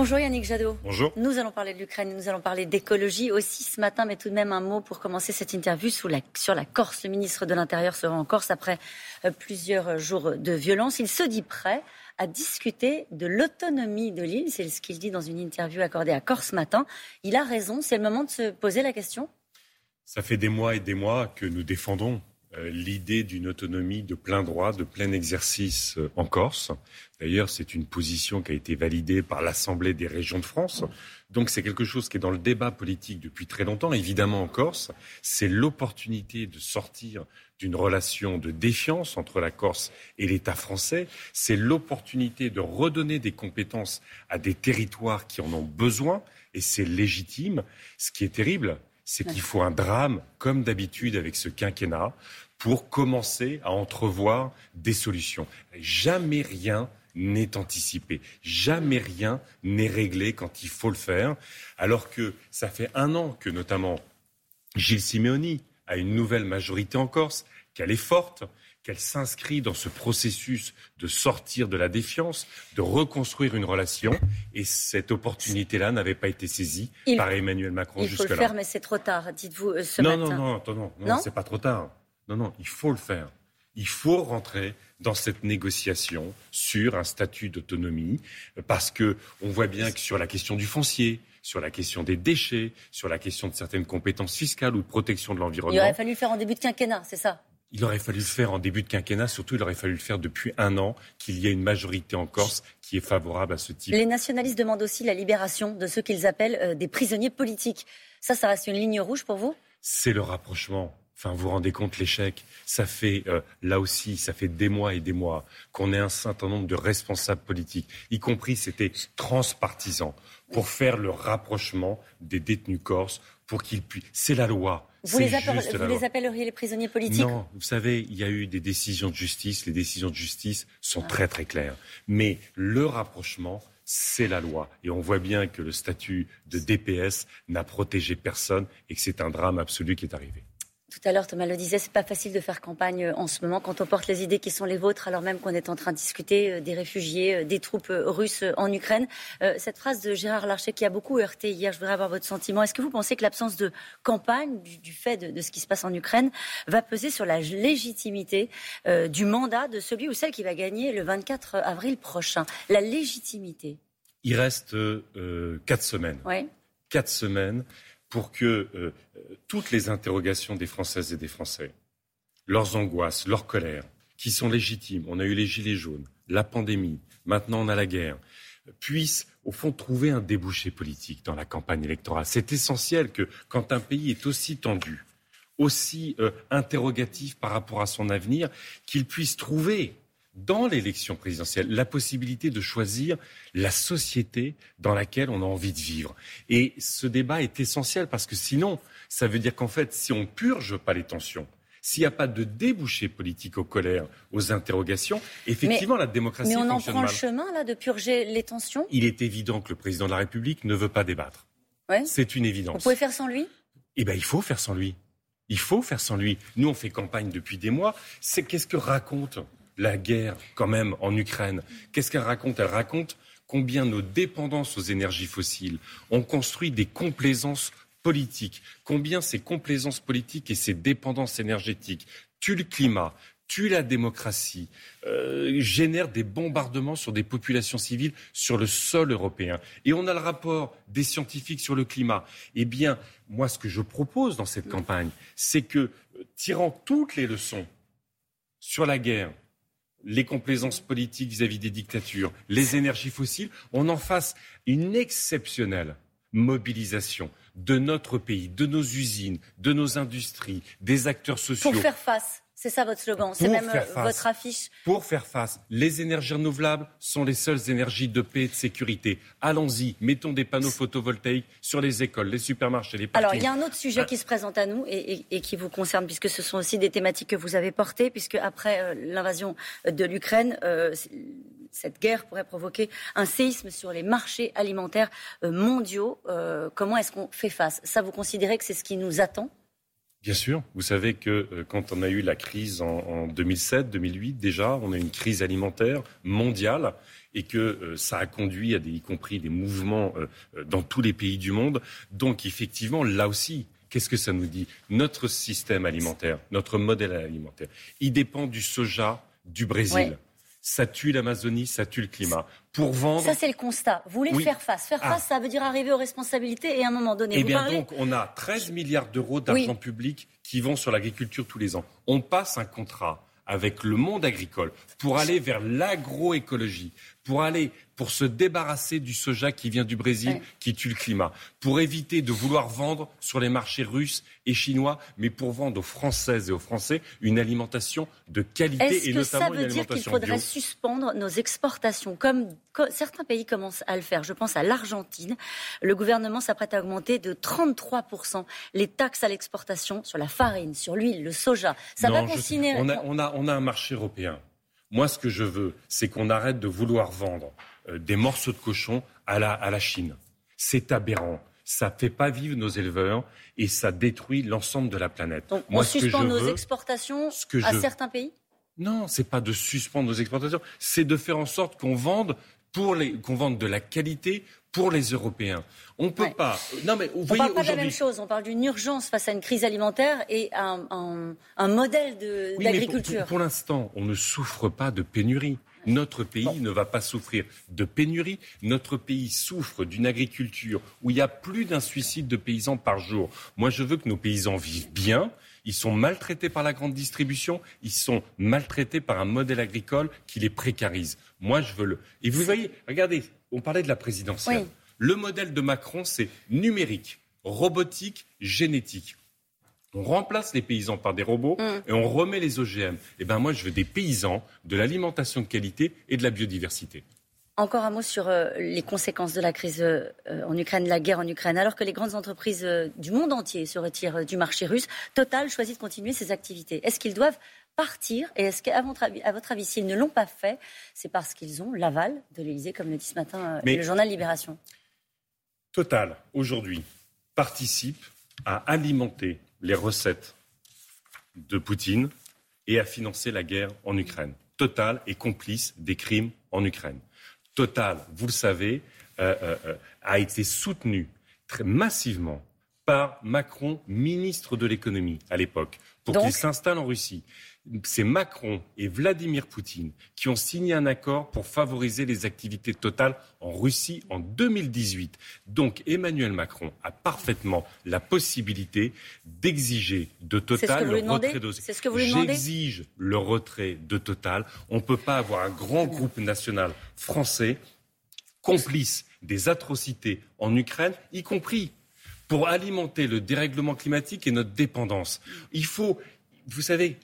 Bonjour Yannick Jadot. Bonjour. Nous allons parler de l'Ukraine, nous allons parler d'écologie aussi ce matin, mais tout de même un mot pour commencer cette interview sur la Corse. Le ministre de l'Intérieur sera en Corse après plusieurs jours de violence. Il se dit prêt à discuter de l'autonomie de l'île, c'est ce qu'il dit dans une interview accordée à Corse ce matin. Il a raison, c'est le moment de se poser la question. Ça fait des mois et des mois que nous défendons l'idée d'une autonomie de plein droit, de plein exercice en Corse. D'ailleurs, c'est une position qui a été validée par l'Assemblée des régions de France. Donc c'est quelque chose qui est dans le débat politique depuis très longtemps. Évidemment, en Corse, c'est l'opportunité de sortir d'une relation de défiance entre la Corse et l'État français. C'est l'opportunité de redonner des compétences à des territoires qui en ont besoin. Et c'est légitime. Ce qui est terrible, c'est qu'il faut un drame, comme d'habitude avec ce quinquennat, pour commencer à entrevoir des solutions. Jamais rien n'est anticipé, jamais rien n'est réglé quand il faut le faire, alors que ça fait 1 an que notamment Gilles Simeoni a une nouvelle majorité en Corse, qu'elle est forte, qu'elle s'inscrit dans ce processus de sortir de la défiance, de reconstruire une relation. Et cette opportunité-là n'avait pas été saisie par Emmanuel Macron jusque-là. Il faut le faire, mais c'est trop tard, dites-vous ce matin. Non, c'est pas trop tard. Non, il faut le faire. Il faut rentrer dans cette négociation sur un statut d'autonomie, parce que on voit bien que sur la question du foncier, sur la question des déchets, sur la question de certaines compétences fiscales ou de protection de l'environnement... Il aurait fallu le faire en début de quinquennat, c'est ça ? Il aurait fallu le faire en début de quinquennat, surtout il aurait fallu le faire depuis 1 an, qu'il y ait une majorité en Corse qui est favorable à ce type. Les nationalistes demandent aussi la libération de ceux qu'ils appellent des prisonniers politiques. Ça reste une ligne rouge pour vous ? C'est le rapprochement. Enfin, vous vous rendez compte l'échec. Ça fait, là aussi, ça fait des mois et des mois qu'on ait un certain nombre de responsables politiques, y compris c'était transpartisan, pour faire le rapprochement des détenus corses, pour qu'ils puissent... C'est la loi. Vous les appelleriez les prisonniers politiques ? Non, vous savez, il y a eu des décisions de justice. Les décisions de justice sont très très claires. Mais le rapprochement, c'est la loi. Et on voit bien que le statut de DPS n'a protégé personne et que c'est un drame absolu qui est arrivé. Tout à l'heure, Thomas le disait, c'est pas facile de faire campagne en ce moment quand on porte les idées qui sont les vôtres, alors même qu'on est en train de discuter des réfugiés, des troupes russes en Ukraine. Cette phrase de Gérard Larcher qui a beaucoup heurté hier, je voudrais avoir votre sentiment. Est-ce que vous pensez que l'absence de campagne, du fait de ce qui se passe en Ukraine, va peser sur la légitimité du mandat de celui ou celle qui va gagner le 24 avril prochain ? La légitimité. Il reste 4 semaines. Oui. 4 semaines pour que toutes les interrogations des Françaises et des Français, leurs angoisses, leurs colères, qui sont légitimes, on a eu les gilets jaunes, la pandémie, maintenant on a la guerre, puissent au fond trouver un débouché politique dans la campagne électorale. C'est essentiel que quand un pays est aussi tendu, aussi interrogatif par rapport à son avenir, qu'il puisse trouver dans l'élection présidentielle, la possibilité de choisir la société dans laquelle on a envie de vivre. Et ce débat est essentiel parce que sinon, ça veut dire qu'en fait, si on ne purge pas les tensions, s'il n'y a pas de débouché politique aux colères, aux interrogations, effectivement, la démocratie fonctionne mal. Mais on en prend le chemin, là, de purger les tensions ? Il est évident que le président de la République ne veut pas débattre. Ouais. C'est une évidence. Vous pouvez faire sans lui ? Eh bien, il faut faire sans lui. Il faut faire sans lui. Nous, on fait campagne depuis des mois. Qu'est-ce que raconte la guerre, quand même, en Ukraine? Qu'est-ce qu'elle raconte? Elle raconte combien nos dépendances aux énergies fossiles ont construit des complaisances politiques. Combien ces complaisances politiques et ces dépendances énergétiques tuent le climat, tuent la démocratie, génèrent des bombardements sur des populations civiles sur le sol européen. Et on a le rapport des scientifiques sur le climat. Eh bien, moi, ce que je propose dans cette campagne, c'est que, tirant toutes les leçons sur la guerre, les complaisances politiques vis-à-vis des dictatures, les énergies fossiles, on en fasse une exceptionnelle mobilisation de notre pays, de nos usines, de nos industries, des acteurs sociaux. Pour faire face, c'est ça votre slogan, c'est même votre affiche. Pour faire face, les énergies renouvelables sont les seules énergies de paix et de sécurité. Allons-y, mettons des panneaux photovoltaïques sur les écoles, les supermarchés, les parkings. Alors, il y a un autre sujet qui se présente à nous et qui vous concerne, puisque ce sont aussi des thématiques que vous avez portées, puisque après l'invasion de l'Ukraine, cette guerre pourrait provoquer un séisme sur les marchés alimentaires mondiaux. Comment est-ce qu'on fait face ? Ça, vous considérez que c'est ce qui nous attend ? Bien sûr. Vous savez que quand on a eu la crise en 2007, 2008, déjà, on a eu une crise alimentaire mondiale et que ça a conduit y compris des mouvements dans tous les pays du monde. Donc, effectivement, là aussi, qu'est-ce que ça nous dit ? Notre système alimentaire, notre modèle alimentaire, il dépend du soja du Brésil. Oui. Ça tue l'Amazonie, ça tue le climat. Pour vendre... Ça, c'est le constat. Vous voulez faire face. Faire face, ça veut dire arriver aux responsabilités et à un moment donné, vous parlez... donc, on a 13 milliards d'euros d'argent public qui vont sur l'agriculture tous les ans. On passe un contrat avec le monde agricole pour aller vers l'agroécologie, pour se débarrasser du soja qui vient du Brésil, qui tue le climat, pour éviter de vouloir vendre sur les marchés russes et chinois, mais pour vendre aux Françaises et aux Français une alimentation de qualité et notamment une alimentation bio. Est-ce que ça veut dire qu'il faudrait suspendre nos exportations, comme certains pays commencent à le faire? Je pense à l'Argentine. Le gouvernement s'apprête à augmenter de 33% les taxes à l'exportation sur la farine, sur l'huile, le soja. Ça va considérer... On a un marché européen. Moi, ce que je veux, c'est qu'on arrête de vouloir vendre des morceaux de cochon à la Chine. C'est aberrant. Ça ne fait pas vivre nos éleveurs et ça détruit l'ensemble de la planète. Donc, on suspend nos exportations à certains pays ? Non, ce n'est pas de suspendre nos exportations. C'est de faire en sorte qu'on vende de la qualité pour les Européens. On ne peut pas... Non, mais on ne parle pas de la même chose. On parle d'une urgence face à une crise alimentaire et un modèle d'agriculture. Mais pour l'instant, on ne souffre pas de pénurie. Notre pays ne va pas souffrir de pénurie. Notre pays souffre d'une agriculture où il y a plus d'un suicide de paysans par jour. Moi, je veux que nos paysans vivent bien. Ils sont maltraités par la grande distribution. Ils sont maltraités par un modèle agricole qui les précarise. Moi, je veux Et vous voyez, regardez, on parlait de la présidentielle. Oui. Le modèle de Macron, c'est numérique, robotique, génétique. On remplace les paysans par des robots et on remet les OGM. Eh bien, moi, je veux des paysans, de l'alimentation de qualité et de la biodiversité. Encore un mot sur les conséquences de la crise en Ukraine, la guerre en Ukraine. Alors que les grandes entreprises du monde entier se retirent du marché russe, Total choisit de continuer ses activités. Est-ce qu'ils doivent partir? Et est-ce qu'à votre avis, s'ils ne l'ont pas fait, c'est parce qu'ils ont l'aval de l'Élysée, comme le dit ce matin le journal Libération? Total, aujourd'hui, participe à alimenter les recettes de Poutine et à financer la guerre en Ukraine. Total est complice des crimes en Ukraine. Total, vous le savez, a été soutenu très massivement par Macron, ministre de l'économie à l'époque, pour qu'il s'installe en Russie. C'est Macron et Vladimir Poutine qui ont signé un accord pour favoriser les activités Total en Russie en 2018. Donc Emmanuel Macron a parfaitement la possibilité d'exiger de Total le retrait de... C'est ce que vous lui demandez ? J'exige le retrait de Total. On ne peut pas avoir un grand groupe national français complice des atrocités en Ukraine, y compris pour alimenter le dérèglement climatique et notre dépendance. Il faut... Vous savez,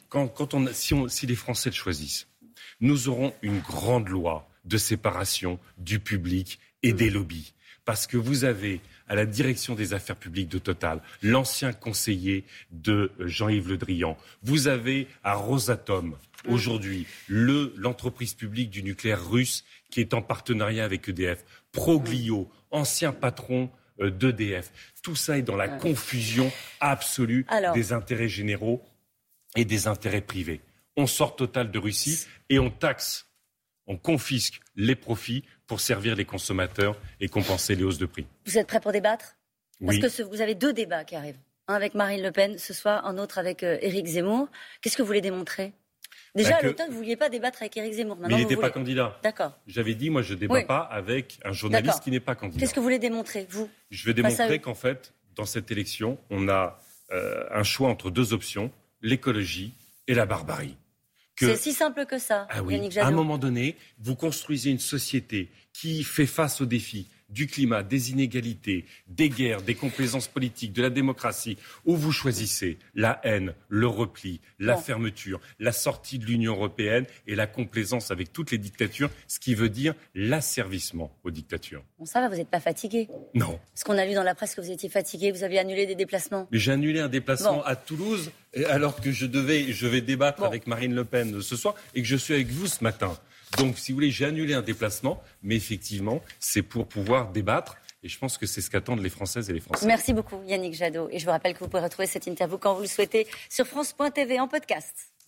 si les Français le choisissent, nous aurons une grande loi de séparation du public et des lobbies. Parce que vous avez, à la direction des affaires publiques de Total, l'ancien conseiller de Jean-Yves Le Drian. Vous avez à Rosatom, aujourd'hui, l'entreprise publique du nucléaire russe qui est en partenariat avec EDF. Proglio, ancien patron d'EDF. Tout ça est dans la confusion absolue des intérêts généraux et des intérêts privés. On sort Total de Russie et on taxe, on confisque les profits pour servir les consommateurs et compenser les hausses de prix. Vous êtes prêts pour débattre ? Oui. Parce que vous avez 2 débats qui arrivent. Un avec Marine Le Pen ce soir, un autre avec Éric Zemmour. Qu'est-ce que vous voulez démontrer ? Déjà, à l'automne, vous ne vouliez pas débattre avec Éric Zemmour. Maintenant, mais il n'était pas candidat. D'accord. J'avais dit, moi, je ne débat pas avec un journaliste qui n'est pas candidat. Qu'est-ce que vous voulez démontrer, vous ? Je vais démontrer qu'en fait, dans cette élection, on a un choix entre 2 options, l'écologie et la barbarie. C'est si simple que ça, Yannick Jadot. À un moment donné, vous construisez une société qui fait face aux défis du climat, des inégalités, des guerres, des complaisances politiques, de la démocratie, où vous choisissez la haine, le repli, la fermeture, la sortie de l'Union européenne et la complaisance avec toutes les dictatures, ce qui veut dire l'asservissement aux dictatures. Bon, ça va, vous n'êtes pas fatigué ? Non. Parce qu'on a lu dans la presse que vous étiez fatigué, vous aviez annulé des déplacements. Mais j'ai annulé un déplacement à Toulouse, alors que je vais débattre avec Marine Le Pen ce soir et que je suis avec vous ce matin. Donc, si vous voulez, j'ai annulé un déplacement, mais effectivement, c'est pour pouvoir débattre Et je pense que c'est ce qu'attendent les Françaises et les Français. Merci beaucoup Yannick Jadot. Et je vous rappelle que vous pouvez retrouver cette interview quand vous le souhaitez sur France.tv en podcast.